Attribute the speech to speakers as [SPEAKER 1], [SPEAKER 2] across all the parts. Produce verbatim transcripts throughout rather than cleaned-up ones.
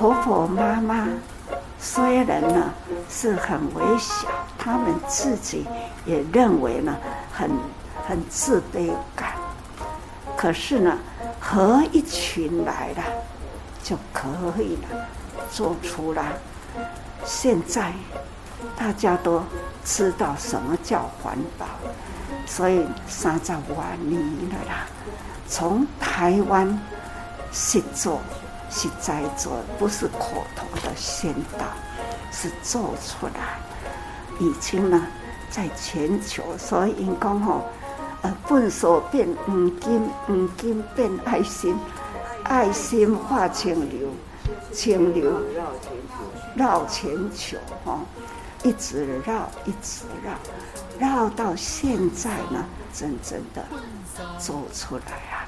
[SPEAKER 1] 婆婆妈妈虽然呢是很微小，他们自己也认为呢很很自卑感，可是呢合一群来了就可以了，做出来。现在大家都知道什么叫环保，所以三十万年了啦，从台湾实做实在做，不是口头的宣导，是做出来，已经呢在全球。所以因讲吼，呃，粪扫变黄金，黄金变爱心，爱心化清流，清流绕全球哈，一直绕，一直绕，绕到现在呢，真正的做出来啊！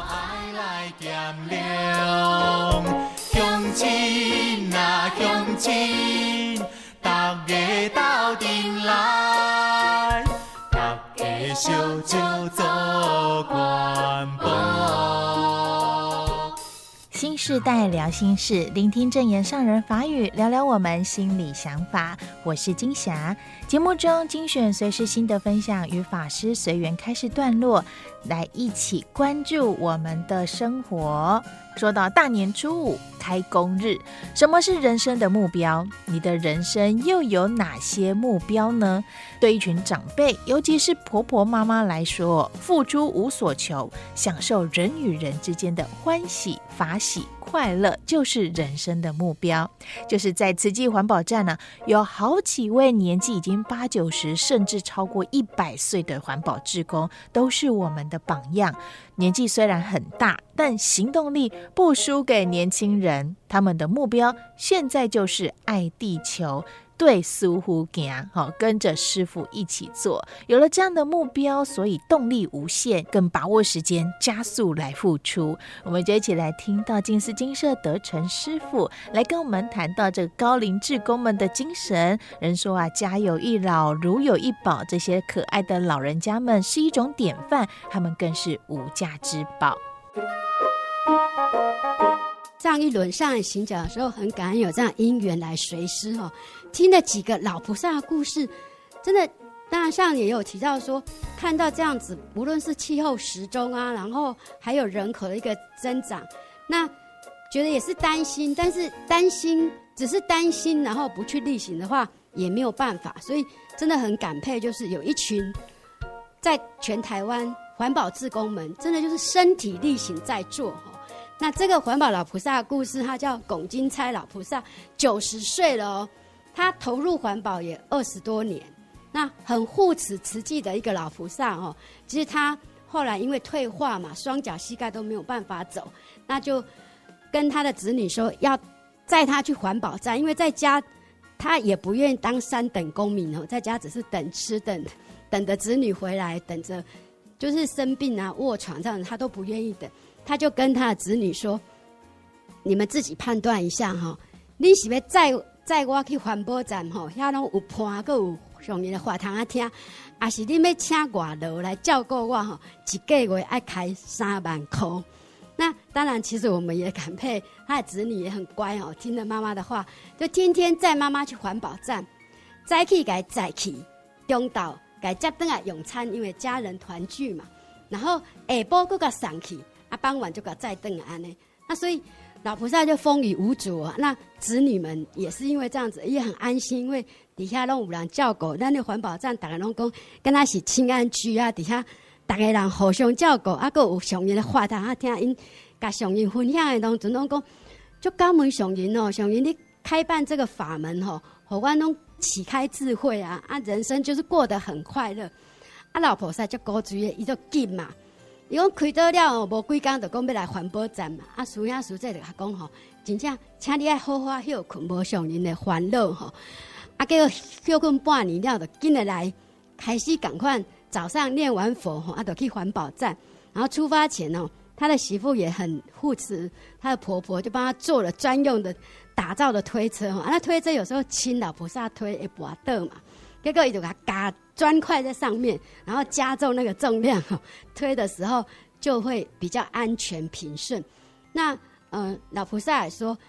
[SPEAKER 2] 乡亲啊，乡亲，大家斗阵来，大家小酒做环保。
[SPEAKER 3] 新世代聊心事，聆听正言上人法语，聊聊我们心里想法。我是金霞。节目中精选随时心得分享与法师随缘开示段落，来一起关注我们的生活。说到大年初五开工日，什么是人生的目标？你的人生又有哪些目标呢？对一群长辈，尤其是婆婆妈妈来说，付出无所求，享受人与人之间的欢喜法喜快乐，就是人生的目标。就是在慈济环保站呢，有好几位年纪已经八九十甚至超过一百岁的环保志工，都是我们的榜样。年纪虽然很大，但行动力不输给年轻人。他们的目标现在就是爱地球，对苏呼行，跟着师父一起做。有了这样的目标，所以动力无限，更把握时间，加速来付出。我们就一起来听到净思精舍德成师父来跟我们谈到这个高龄志工们的精神。人说啊，家有一老，如有一宝，这些可爱的老人家们是一种典范，他们更是无价之宝。
[SPEAKER 4] 上一轮上来行脚的时候，很感恩有这样因缘来随师哈，听了几个老菩萨的故事，真的，当然上也有提到说，看到这样子，无论是气候时钟啊，然后还有人口的一个增长，那觉得也是担心，但是担心只是担心，然后不去力行的话，也没有办法，所以真的很感佩，就是有一群在全台湾环保志工们，真的就是身体力行在做哈。那这个环保老菩萨的故事，他叫龚金钗老菩萨，九十岁了哦，他投入环保也二十多年，那很护持慈济的一个老菩萨哦。其实他后来因为退化嘛，双脚膝盖都没有办法走，那就跟他的子女说要载他去环保站，因为在家他也不愿意当三等公民哦，在家只是等吃等等着子女回来，等着就是生病啊卧床这样，他都不愿意等。他就跟他的子女说：“你们自己判断一下哈，你是要载载我去环保站吼，遐拢有伴，阁有上面的话堂啊听，还是你要请外劳来照顾我吼？一个月要开三万块。那当然，其实我们也感佩他的子女也很乖哦，听了妈妈的话，就天天载妈妈去环保站，载去给载去，中岛给接回来用餐，因为家人团聚嘛。然后下晡阁甲送去。”啊，傍晚就给他再登安呢，那所以老菩萨就风雨无阻啊。那子女们也是因为这样子，也很安心，因为底下拢有人照顾。咱那环保站大家拢讲，跟他是清安区啊，底下大家人互相照顾，啊，阁有上人的话堂啊，听因甲上人分享的当中，拢讲就感恩上人哦，上人你开办这个法门吼、哦，互阮拢启开智慧啊，啊，人生就是过得很快乐。啊，老菩萨就高追的，伊就紧嘛。伊讲开倒了哦，无几工就讲要来环保站嘛。啊，师兄师姐就甲讲吼，真正请你爱好好休困，无上人的烦恼吼。啊，结果休困半年了，就紧的来开始赶快早上念完佛吼，啊，就去环保站。然后出发前哦，他的媳妇也很护持，他的婆婆就帮他做了专用的打造的推车吼。啊，那推车有时候轻老菩萨推会跋倒嘛。结果伊就给他加砖块在上面，然后加重那个重量，推的时候就会比较安全平顺。那呃，老菩萨也说，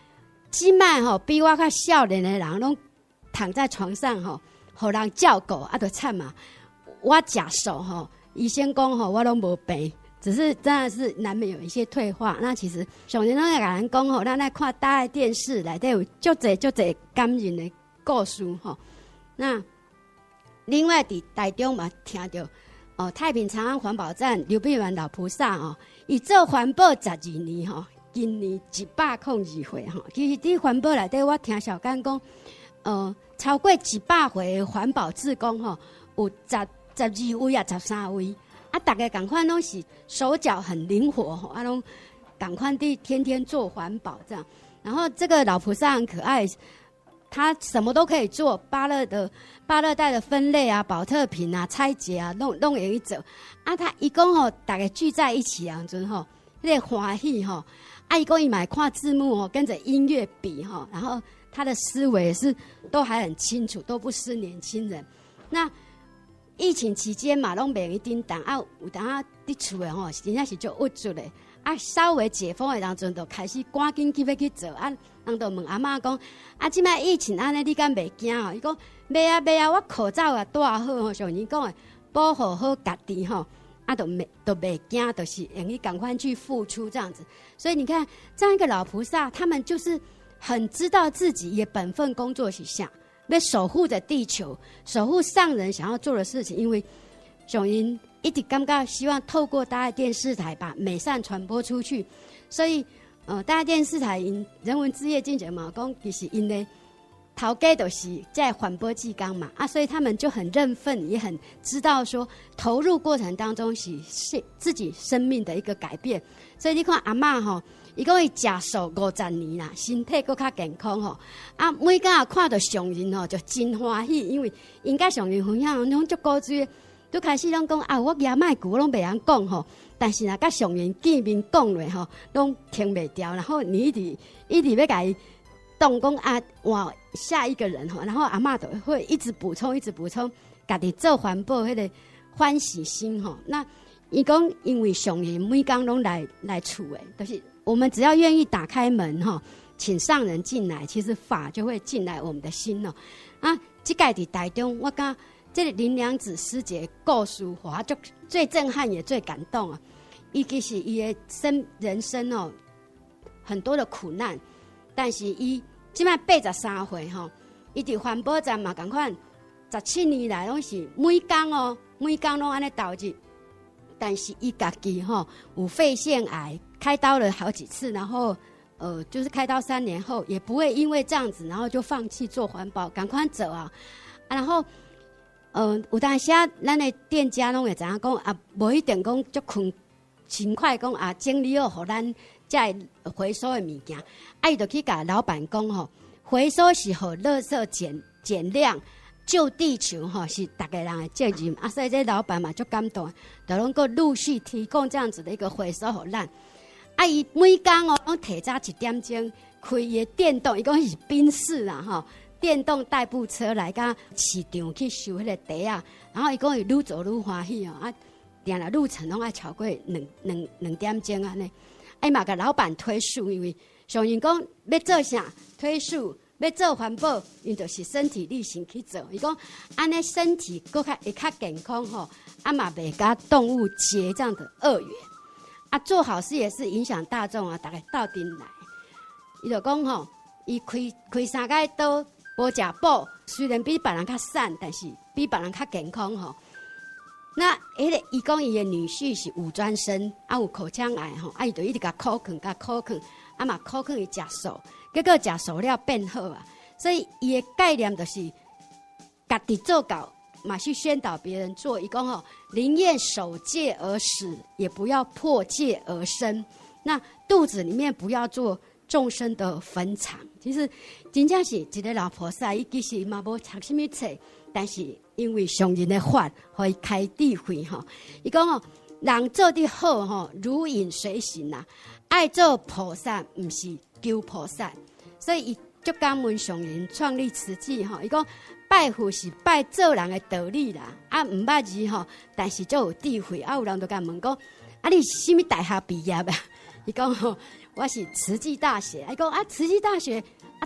[SPEAKER 4] 即摆吼比我较少年的人拢躺在床上吼，互人照顾啊，就惨嘛。我食素吼，医生讲吼，我拢无病，只是真的是难免有一些退化。那其实上年拢会甲人讲吼，咱来看大爱电视内底有足侪足侪感人的故事吼。那另外伫台中嘛听到哦，太平长安环保站刘碧元老菩萨哦，伊做环保十二年吼，今年一百零二岁吼。其实伫环保内底，我听小干讲，呃，超过一百回环保志工吼，有十十二位啊，十三位啊，大家赶快拢是手脚很灵活吼，啊，拢赶快地天天做环保这样。然后这个老菩萨很可爱。他什么都可以做，芭乐的芭乐袋的分类啊，保特瓶啊，拆解啊，弄弄会做。啊，他伊讲吼，大家聚在一起啊，阵吼，那个欢喜吼。啊，伊讲伊买看字幕哦，跟着音乐比吼，然后他的思维是都还很清楚，都不失年轻人。那疫情期间嘛，拢袂一叮当啊，有当啊伫厝的吼，真正是就郁住咧。啊，稍微解封的当阵，就开始赶紧去要去做啊。人就问阿嬷讲：啊，即摆疫情安尼，你敢袂惊吼？伊讲：袂啊袂啊，我口罩也戴好吼，像你讲的，保护好家己吼，啊，都袂都袂惊，都是愿意赶快去付出这样子。所以你看，这样一个老菩萨，他们就是很知道自己也本分工作是啥，要守护着地球，守护上人想要做的事情。因为像因一直感觉希望透过大爱电视台把美善传播出去，所以。呃，大爱电视台因人文之夜进前嘛，讲其实因的头家都是在环保志工嘛，啊，所以他们就很认份，也很知道说投入过程当中是是自己生命的一个改变。所以你看阿嬷吼，伊讲伊食素五十年啦，身体佫较健康吼，啊，每家看到上人吼就真欢喜，因为因甲上人分享拢足古锥，都开始拢讲啊，我牙麦古拢袂晓讲吼。但是若甲上人见面讲落吼，拢听袂掉。然后你一直一直要甲伊动讲啊，哇，下一个人吼，然后阿嬷都会一直补充，一直补充，家己做环保迄个欢喜心吼。那伊讲，因为上人每工拢来来厝诶，就是我们只要愿意打开门吼，请上人进来，其实法就会进来我们的心哦。啊，即届伫台中，我感这个林良子师姐故事，我就最震撼也最感动啊。伊其实伊的生人生哦，很多的苦难，但是伊即摆八十三岁吼，伊伫环保站嘛，共款十七年来拢是每工哦，每工拢安尼投入。但是伊家己吼有肺腺癌，开刀了好几次，然后呃，就是开刀三年后，也不会因为这样子，然后就放弃做环保，赶快走啊！啊然后呃，有当时啊，咱的店家拢会知影讲啊，无一定讲足困。勤快讲啊，整理好，互咱再回收的物件。啊，伊就去甲老板讲吼，回收是互垃圾减减量，救地球吼是大家人的责任。啊，所以这老板嘛就感动，就拢够陆续提供这样子的一个回收互咱。啊，伊每工哦，拢提早一点钟开伊的电动，伊讲是宾士啦吼，电动代步车来甲市场去收迄个茶啊。然后伊讲伊愈做愈欢喜哦啊。定了路程拢爱超过两两两点钟安尼，哎嘛甲老板推数，因为上人讲要做啥推数，要做环保，因就是身体力行去做。伊讲安尼身体更较会较健康吼，啊嘛袂甲动物结这样的恶缘。啊，做好事也是影响大众啊，大家到顶来。伊就讲吼，伊开开三间刀，无食补，虽然比别人较瘦，但是比别人较健康吼。那迄个伊讲伊的女婿是五专生，啊有口腔癌吼，啊伊就一直甲苦劝，甲苦劝，啊嘛苦劝伊食素，结果食素了变好啊。所以伊的概念就是家己做到，嘛去宣导别人做。伊讲吼，宁愿守戒而死，也不要破戒而生。那肚子里面不要做众生的坟场。其实真正是一个老菩萨，伊其实嘛无读什么册，但是。因为上人的法，可以开智慧吼。伊讲吼，人做得好吼，如影随形啦。爱做菩萨，唔是求菩萨，所以伊就感恩上人创立慈济吼。伊讲拜佛是拜做人的道理啦，啊唔捌字吼，但是就有智慧。啊有人就甲问讲，啊你是什么大学毕业啊？伊讲吼，我是慈济大学。伊讲啊，慈济大学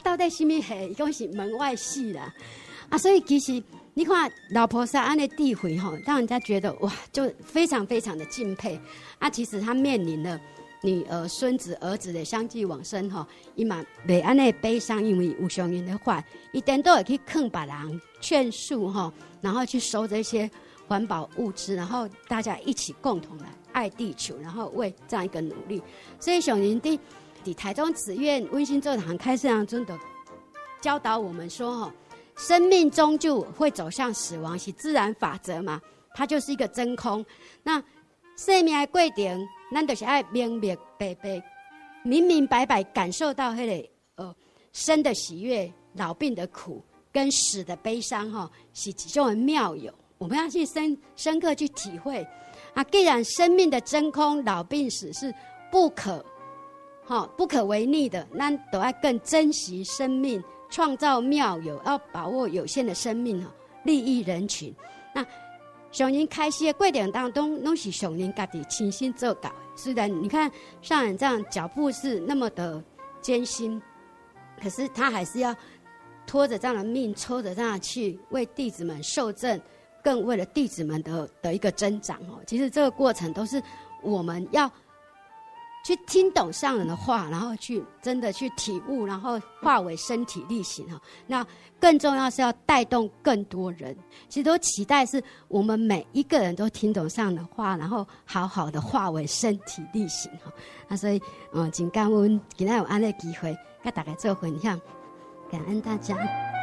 [SPEAKER 4] 到底什么系？伊讲是门外戏啦。啊，所以其实你看老菩萨安的智慧吼，让人家觉得哇，就非常非常的敬佩。啊，其实他面临了女儿、孙子、儿子的相继往生吼，伊嘛袂安尼悲伤，因为有上人的话，一定都会去劝别人、劝诉吼，然后去收这些环保物资，然后大家一起共同来爱地球，然后为这样一个努力。所以上人伫伫台中慈院温馨座堂开示堂中的教导我们说吼，生命终究会走向死亡，是自然法则嘛，它就是一个真空。那生命的过程，咱就是要明明白白、明明白白感受到迄、那个呃生的喜悦、老病的苦跟死的悲伤哈，是几种的妙有，我们要去深深刻去体会啊。既然生命的真空、老病死是不可哈不可违逆的，咱都要更珍惜生命，创造妙有，要把握有限的生命哈，利益人群。那上人开示的过程当中，都是上人家己亲身做到的。虽然你看上人这样脚步是那么的艰辛，可是他还是要拖着这样的命，抽着这样去为弟子们受证，更为了弟子们的的一个增长哦。其实这个过程都是我们要去听懂上人的话，然后去真的去体悟，然后化为身体力行哈。那更重要是要带动更多人，其实都期待是我们每一个人都听懂上人的话，然后好好的化为身体力行哈。那所以嗯，真感恩今天有安的机会跟大家做分享，感恩大家。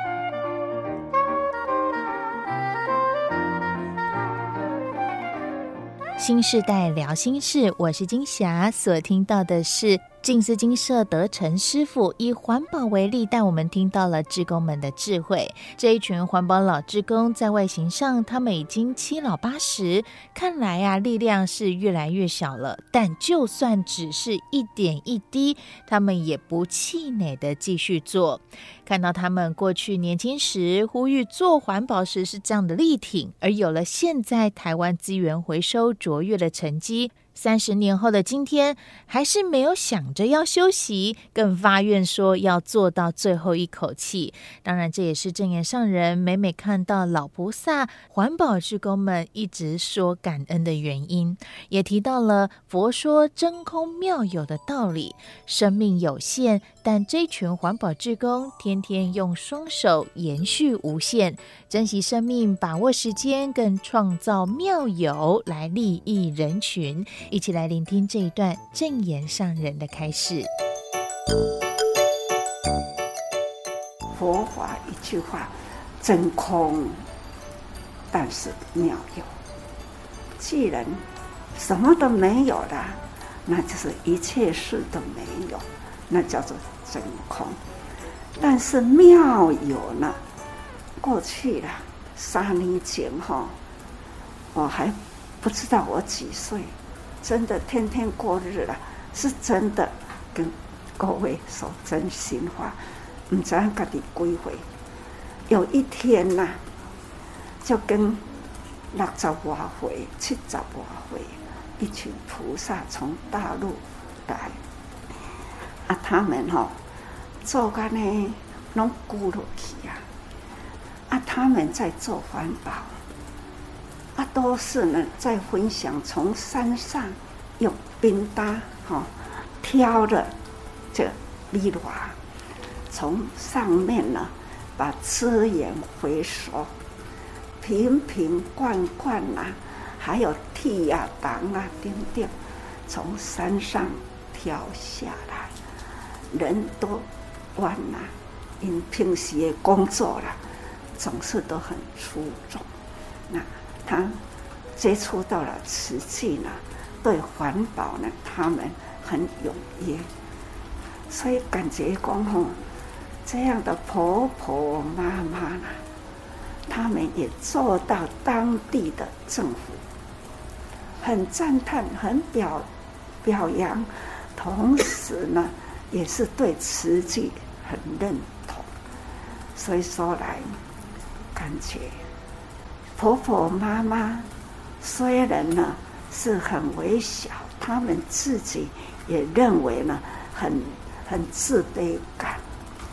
[SPEAKER 3] 新世代聊心事，我是金霞，所听到的是静思精舍德成师父以环保为例，带我们听到了志工们的智慧。这一群环保老志工在外形上，他们已经七老八十，看来啊，力量是越来越小了。但就算只是一点一滴，他们也不气馁的继续做。看到他们过去年轻时呼吁做环保时是这样的力挺，而有了现在台湾资源回收卓越的成绩。三十年后的今天，还是没有想着要休息，更发愿说要做到最后一口气。当然，这也是证严上人每每看到老菩萨、环保志工们一直说感恩的原因，也提到了佛说真空妙有的道理。生命有限，但这群环保志工天天用双手延续无限，珍惜生命，把握时间，更创造妙有来利益人群。一起来聆听这一段证严上人的开示。
[SPEAKER 1] 佛法一句话，真空，但是妙有。既然什么都没有了，那就是一切事都没有，那叫做真空。但是妙有呢？过去了三年前哈，我还不知道我几岁。真的天天过日了，是真的跟各位说真心话，不知道自己几岁。有一天呐、啊，就跟六十多岁、七十多岁一群菩萨从大陆来，啊，他们吼、哦、做个呢，拢咕落去啊，啊，他们在做环保。啊，都是呢，在分享从山上用冰搭哈、哦、挑的这米箩，从上面呢把资源回收，瓶瓶罐罐啊，还有铁啊、糖啊等等，从山上挑下来，人都弯啦、啊，因平时的工作啦，总是都很出众，那。他接触到了慈济呢，对环保呢，他们很踊跃，所以感觉讲吼，这样的婆婆妈妈呢，他们也做到当地的政府，很赞叹，很表表扬，同时呢，也是对慈济很认同，所以说来感觉。婆婆妈妈虽然呢是很微小，他们自己也认为呢很很自卑感，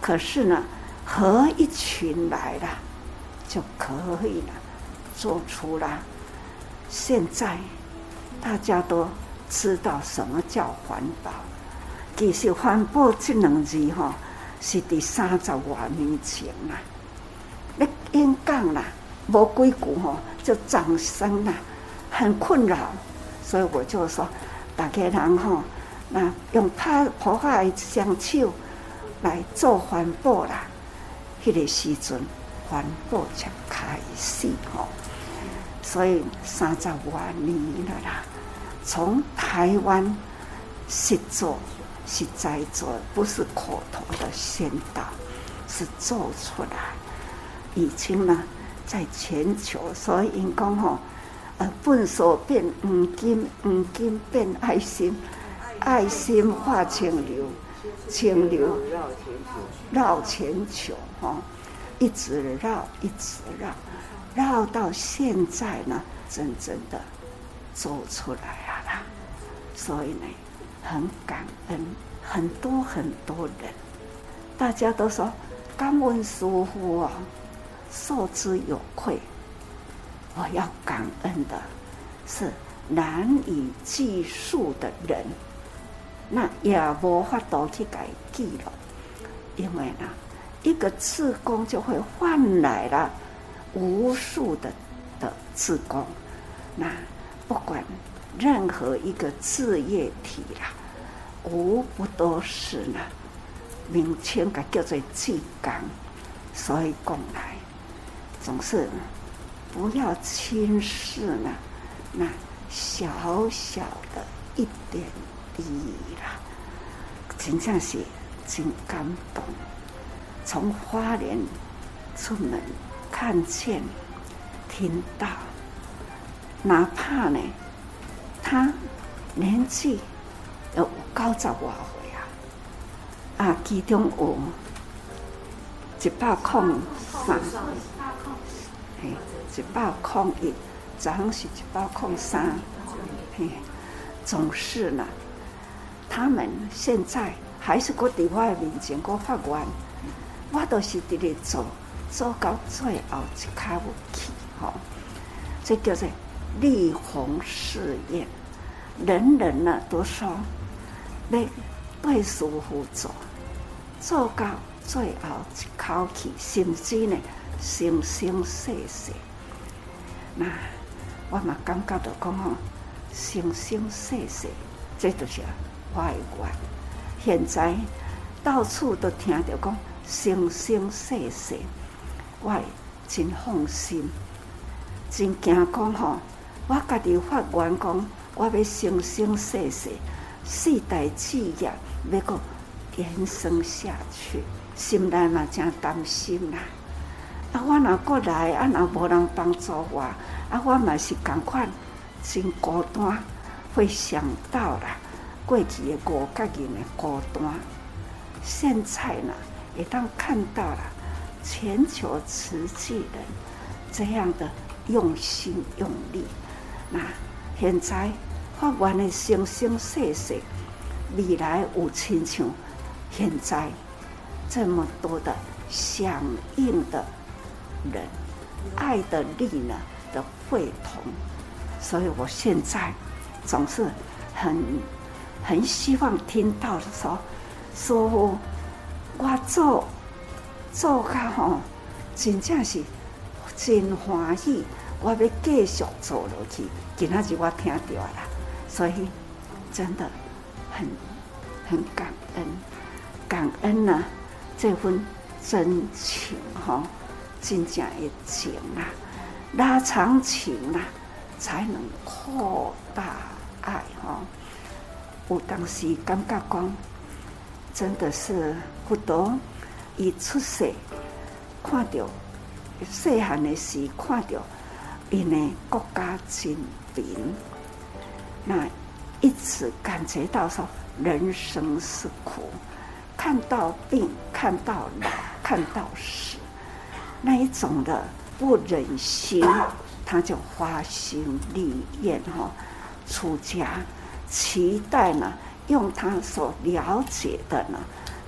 [SPEAKER 1] 可是呢，合一群来了，就可以了，做出了。现在大家都知道什么叫环保。其实环保这两字吼，是伫三十多年前啦。咧演讲啦，无几句吼就掌声啦，很困扰。所以我就说，大家人吼，那用拍破坏双手来做环保啦。迄个时阵，环保才开始吼。所以三十多年了啦，从台湾实做、实在做，不是口头的宣导，是做出来。已经呢，在全球，所以因讲吼，呃，粪扫变黄金，黄金变爱心，爱心化清流，清流绕全球，哈，一直绕，一直绕。绕到现在呢，真正的做出来了啦，所以呢，很感恩，很多很多人，大家都说感恩师父啊，受之有愧。我要感恩的是难以计数的人，那也无法度去改记了，因为呢，一个志工就会换来了无数的的志工，那不管任何一个志业体啦，无不都是呢，名称个叫做志工，所以讲来总是不要轻视呢那小小的一点滴啦，真正是真感动。从花莲出门。看见、听到，哪怕呢，他年纪有九十外岁啊，啊，其中有一百空三，嘿，一百空一，早上是一百空三，嘿，总是呢，他们现在还是搁伫我的面前，搁发愿，我都是伫咧做。做到最后一卡有去，吼，这叫做立宏誓愿。人人呢都说，要对师父做，做到最后一口气，甚至呢生生世世。那我嘛感觉到讲吼，生生世世，这就是我的愿。现在到处都听到讲生生世世。我真放心，真惊讲吼，我家己发愿讲，我要生生世世世代志业要搁延伸下去，心内嘛真担心啦。啊，我若过来，啊，若无人帮助我，啊，我嘛是共款，真孤单，会想到啦过去的五角人的孤单。现在呢，也当看到了。全球慈济人这样的用心用力，那现在发愿的生生世世，未来有亲像现在这么多的响应的人，爱的力呢的会同，所以我现在总是很很希望听到的说，说我做。做甲吼，真正是真欢喜，我要继续做落去。今仔日我听到啦，所以真的很很感恩，感恩呢这份真情吼，真正的情啊，拉长情啊，才能扩大爱吼。有当时感觉讲，真的是不多。伊出世，看到细汉的时，看到因的国家真贫，那一直感觉到说人生是苦，看到病，看到老，看到死，那一种的不忍心，他就发心立愿哈，出家，期待呢，用他所了解的呢，那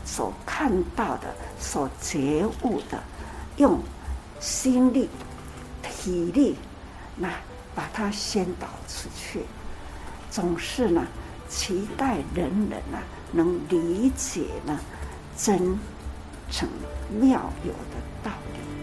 [SPEAKER 1] 所看到的、所觉悟的，用心力、体力，那把它宣导出去。总是呢，期待人人啊能理解呢真诚妙有的道理。